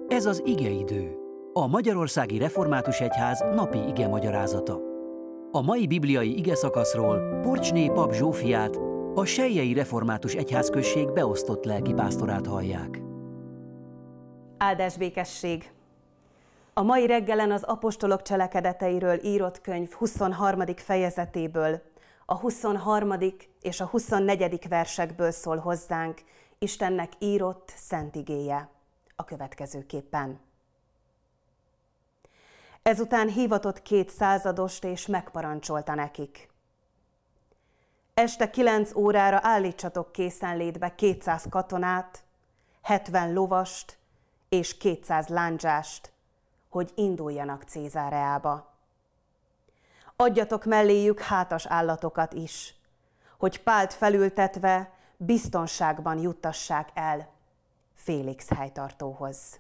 Ez az igeidő, a Magyarországi Református Egyház napi igemagyarázata. A mai bibliai igeszakaszról Porcsné pap Zsófiát, a Selyei Református Egyházközség beosztott lelkipásztorát hallják. Áldás békesség! A mai reggelen az apostolok cselekedeteiről írott könyv 23. fejezetéből, a 23. és a 24. versekből szól hozzánk Istennek írott szent igéje a következőképpen. Ezután hivatott 2 századost és megparancsolta nekik: este 9 órára állítsatok készenlétbe 200 katonát, 70 lovast és 200 lándzsást, hogy induljanak Cézáreába. Adjatok melléjük hátas állatokat is, hogy Pált felültetve biztonságban juttassák el Félix helytartóhoz.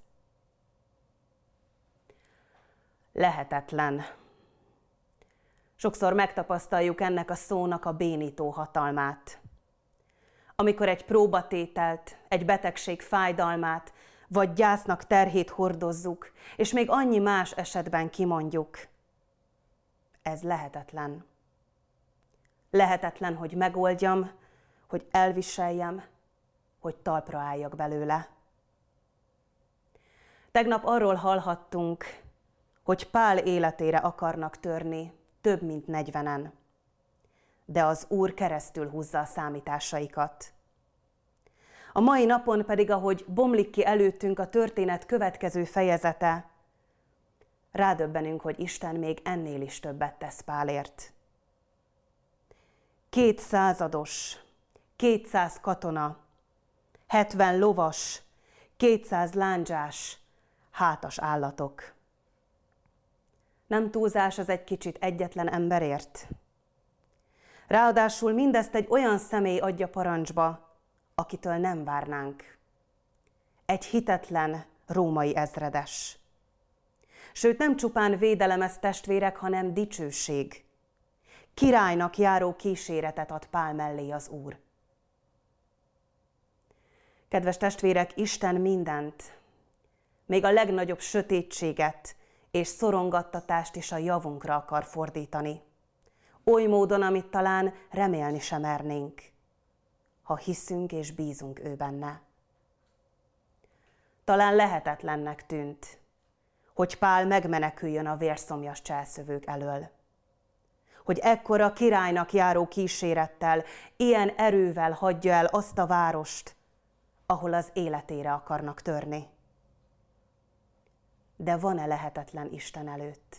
Lehetetlen. Sokszor megtapasztaljuk ennek a szónak a bénító hatalmát. Amikor egy próbatételt, egy betegség fájdalmát, vagy gyásznak terhét hordozzuk, és még annyi más esetben kimondjuk: ez lehetetlen. Lehetetlen, hogy megoldjam, hogy elviseljem, hogy talpra álljak belőle. Tegnap arról hallhattunk, hogy Pál életére akarnak törni több mint 40-en, de az Úr keresztül húzza a számításaikat. A mai napon pedig, ahogy bomlik ki előttünk a történet következő fejezete, rádöbbenünk, hogy Isten még ennél is többet tesz Pálért. 2 százados, 200 katona, 70 lovas, 200 lándzsás, hátas állatok. Nem túlzás az egy kicsit egyetlen emberért? Ráadásul mindezt egy olyan személy adja parancsba, akitől nem várnánk. Egy hitetlen római ezredes. Sőt, nem csupán védelem ez, testvérek, hanem dicsőség. Királynak járó kíséretet ad Pál mellé az Úr. Kedves testvérek, Isten mindent, még a legnagyobb sötétséget és szorongattatást is a javunkra akar fordítani. Oly módon, amit talán remélni sem mernénk, ha hiszünk és bízunk ő benne. Talán lehetetlennek tűnt, hogy Pál megmeneküljön a vérszomjas cselszövők elől. Hogy ekkora királynak járó kísérettel, ilyen erővel hagyja el azt a várost, ahol az életére akarnak törni. De van-e lehetetlen Isten előtt?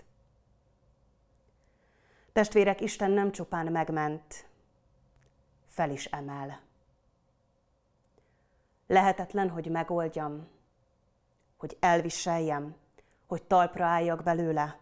Testvérek, Isten nem csupán megment, fel is emel. Lehetetlen, hogy megoldjam, hogy elviseljem, hogy talpra álljak belőle.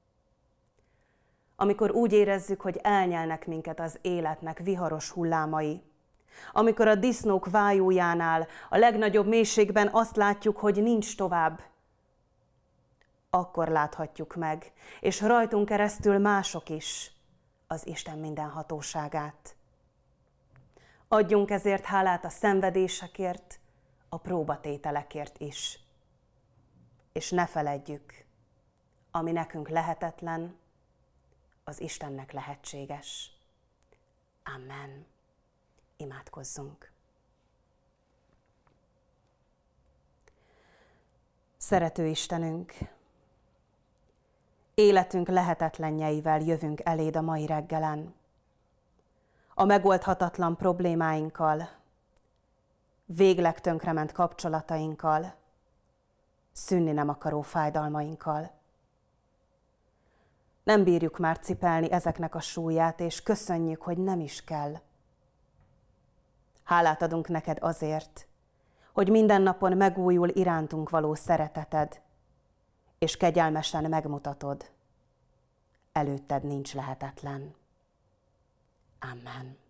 Amikor úgy érezzük, hogy elnyelnek minket az életnek viharos hullámai, amikor a disznók vájójánál, a legnagyobb mélységben azt látjuk, hogy nincs tovább, akkor láthatjuk meg, és rajtunk keresztül mások is, az Isten mindenhatóságát. Adjunk ezért hálát a szenvedésekért, a próbatételekért is. És ne feledjük, ami nekünk lehetetlen, az Istennek lehetséges. Amen. Imádkozzunk. Szerető Istenünk, életünk lehetetlenjeivel jövünk eléd a mai reggelen. A megoldhatatlan problémáinkkal, végleg tönkrement kapcsolatainkkal, szűnni nem akaró fájdalmainkkal. Nem bírjuk már cipelni ezeknek a súlyát, és köszönjük, hogy nem is kell. Hálát adunk neked azért, hogy minden napon megújul irántunk való szereteted, és kegyelmesen megmutatod, előtted nincs lehetetlen. Amen.